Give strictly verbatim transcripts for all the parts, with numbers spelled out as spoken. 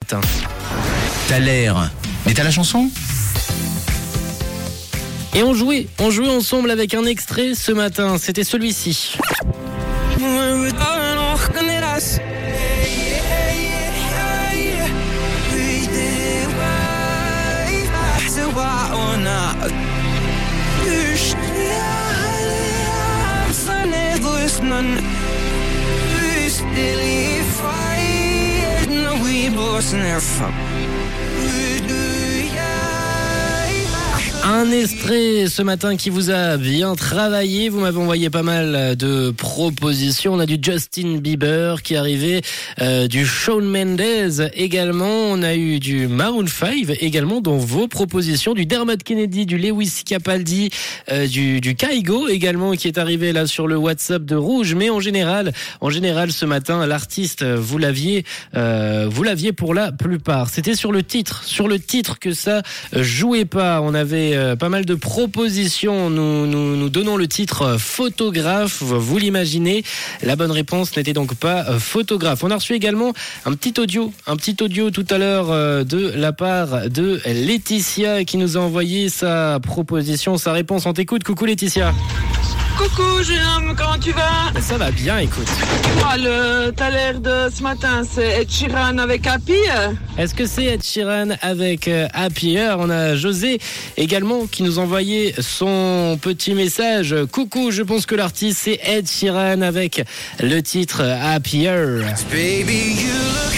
matin. T'as l'air. Mais t'as la chanson ? Et on jouait, on jouait ensemble avec un extrait ce matin, c'était celui-ci. Un extrait ce matin qui vous a bien travaillé. Vous m'avez envoyé pas mal de propositions. On a du Justin Bieber qui est arrivé, euh, du Shawn Mendes également. On a eu du Maroon cinq également dans vos propositions, du Dermot Kennedy, du Lewis Capaldi, euh, du, du Kygo également qui est arrivé là sur le WhatsApp de Rouge. Mais en général, en général ce matin, l'artiste, vous l'aviez, euh, vous l'aviez pour la plupart. C'était sur le titre, sur le titre que ça jouait pas. On avait Euh, pas mal de propositions. Nous, nous, nous donnons le titre photographe. Vous l'imaginez. La bonne réponse n'était donc pas photographe. On a reçu également un petit audio, un petit audio tout à l'heure euh, de la part de Laetitia qui nous a envoyé sa proposition, sa réponse. On t'écoute. Coucou Laetitia. Coucou jeune homme, comment tu vas? Ça va bien, écoute. Moi, le taler de ce matin, c'est Ed Sheeran avec Happy. Est-ce que c'est Ed Sheeran avec euh, Happier? On a José également qui nous envoyait son petit message. Coucou, je pense que l'artiste c'est Ed Sheeran avec le titre Happier. Baby, you look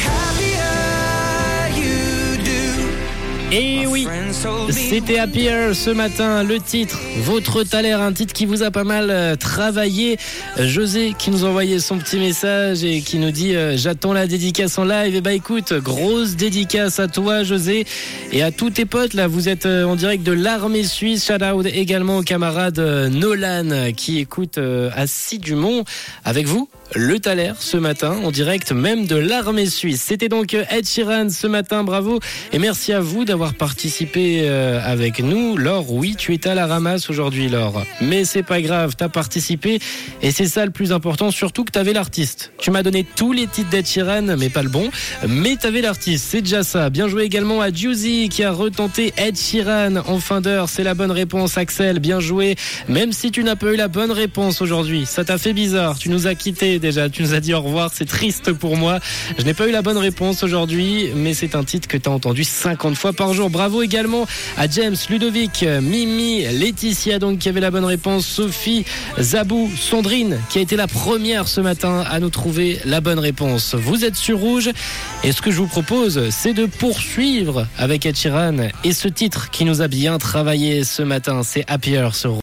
happier, you do. Et oui, c'était Happier ce matin, le titre, votre taler, un titre qui vous a pas mal travaillé. José qui nous envoyait son petit message et qui nous dit euh, j'attends la dédicace en live. Et bah écoute, grosse dédicace à toi José et à tous tes potes là, vous êtes en direct de l'armée suisse. Shout out également au camarade Nolan qui écoute euh, à Cidumont avec vous. Le taler ce matin en direct même de l'armée suisse. C'était donc Ed Sheeran ce matin, bravo et merci à vous d'avoir participé euh, avec nous. Laure, oui, tu étais à la ramasse aujourd'hui Laure, mais c'est pas grave, t'as participé et c'est ça le plus important, surtout que t'avais l'artiste. Tu m'as donné tous les titres d'Ed Sheeran mais pas le bon, mais t'avais l'artiste, c'est déjà ça. Bien joué également à Juicy qui a retenté Ed Sheeran en fin d'heure, c'est la bonne réponse. Axel, bien joué, même si tu n'as pas eu la bonne réponse aujourd'hui, ça t'a fait bizarre, tu nous as quittés déjà, tu nous as dit au revoir, c'est triste pour moi. Je n'ai pas eu la bonne réponse aujourd'hui, mais c'est un titre que tu as entendu cinquante fois par jour. Bravo également à James, Ludovic, Mimi, Laetitia donc qui avait la bonne réponse, Sophie, Zabou, Sandrine qui a été la première ce matin à nous trouver la bonne réponse. Vous êtes sur Rouge et ce que je vous propose, c'est de poursuivre avec Ed Sheeran et ce titre qui nous a bien travaillé ce matin, c'est Happier sur Rouge.